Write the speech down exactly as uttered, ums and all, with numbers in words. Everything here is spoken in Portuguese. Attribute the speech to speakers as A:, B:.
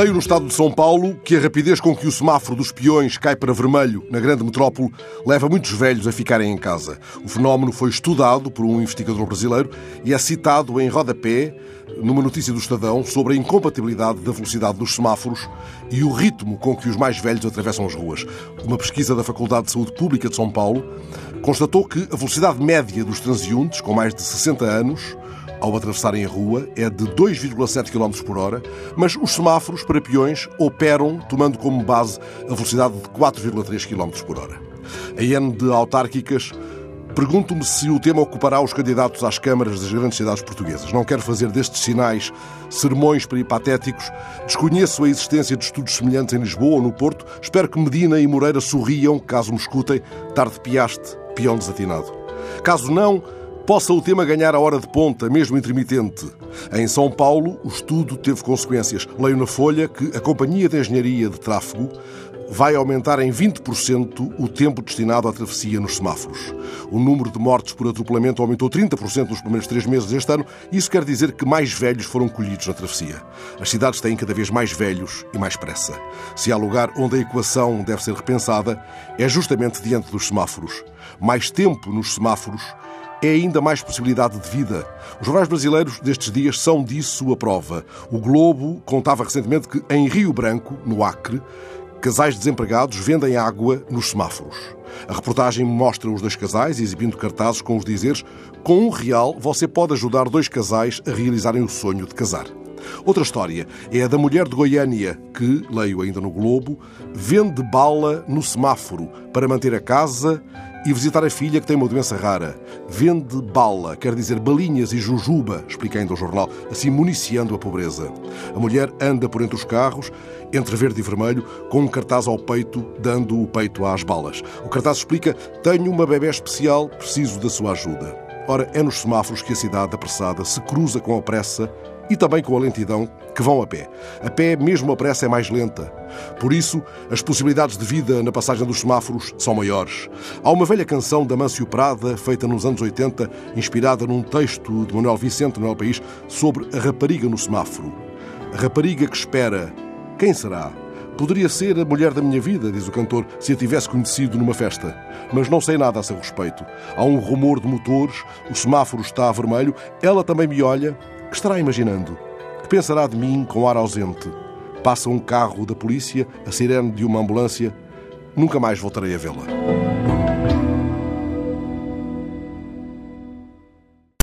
A: Leio no estado de São Paulo que a rapidez com que o semáforo dos peões cai para vermelho na grande metrópole leva muitos velhos a ficarem em casa. O fenómeno foi estudado por um investigador brasileiro e é citado em rodapé numa notícia do Estadão sobre a incompatibilidade da velocidade dos semáforos e o ritmo com que os mais velhos atravessam as ruas. Uma pesquisa da Faculdade de Saúde Pública de São Paulo constatou que a velocidade média dos transeuntes com mais de sessenta anos ao atravessarem a rua é de dois vírgula sete quilómetros por hora, mas os semáforos para peões operam tomando como base a velocidade de quatro vírgula três quilómetros por hora. Em ano de autárquicas, pergunto-me se o tema ocupará os candidatos às câmaras das grandes cidades portuguesas. Não quero fazer destes sinais sermões peripatéticos. Desconheço a existência de estudos semelhantes em Lisboa ou no Porto. Espero que Medina e Moreira sorriam, caso me escutem, tarde piaste, peão desatinado. Caso não, possa o tema ganhar a hora de ponta, mesmo intermitente. Em São Paulo, o estudo teve consequências. Leio na Folha que a Companhia de Engenharia de Tráfego vai aumentar em vinte por cento o tempo destinado à travessia nos semáforos. O número de mortes por atropelamento aumentou trinta por cento nos primeiros três meses deste ano. Isso quer dizer que mais velhos foram colhidos na travessia. As cidades têm cada vez mais velhos e mais pressa. Se há lugar onde a equação deve ser repensada, é justamente diante dos semáforos. Mais tempo nos semáforos é ainda mais possibilidade de vida. Os jornais brasileiros destes dias são disso a prova. O Globo contava recentemente que em Rio Branco, no Acre, casais desempregados vendem água nos semáforos. A reportagem mostra os dois casais exibindo cartazes com os dizeres: com um real você pode ajudar dois casais a realizarem o sonho de casar. Outra história é a da mulher de Goiânia que, leio ainda no Globo, vende bala no semáforo para manter a casa e visitar a filha que tem uma doença rara. Vende bala, quer dizer balinhas e jujuba, explica ainda o jornal, assim municiando a pobreza. A mulher anda por entre os carros, entre verde e vermelho, com um cartaz ao peito, dando o peito às balas. O cartaz explica: tenho uma bebé especial, preciso da sua ajuda. Ora, é nos semáforos que a cidade apressada se cruza com a pressa e também com a lentidão, que vão a pé. A pé, mesmo a pressa, é mais lenta. Por isso, as possibilidades de vida na passagem dos semáforos são maiores. Há uma velha canção da Amâncio Prada, feita nos anos oitenta, inspirada num texto de Manuel Vicente, no El País, sobre a rapariga no semáforo. A rapariga que espera, quem será? Poderia ser a mulher da minha vida, diz o cantor, se a tivesse conhecido numa festa. Mas não sei nada a seu respeito. Há um rumor de motores, o semáforo está a vermelho, ela também me olha. Que estará imaginando? Que pensará de mim com ar ausente? Passa um carro da polícia, a sirene de uma ambulância. Nunca mais voltarei a vê-la.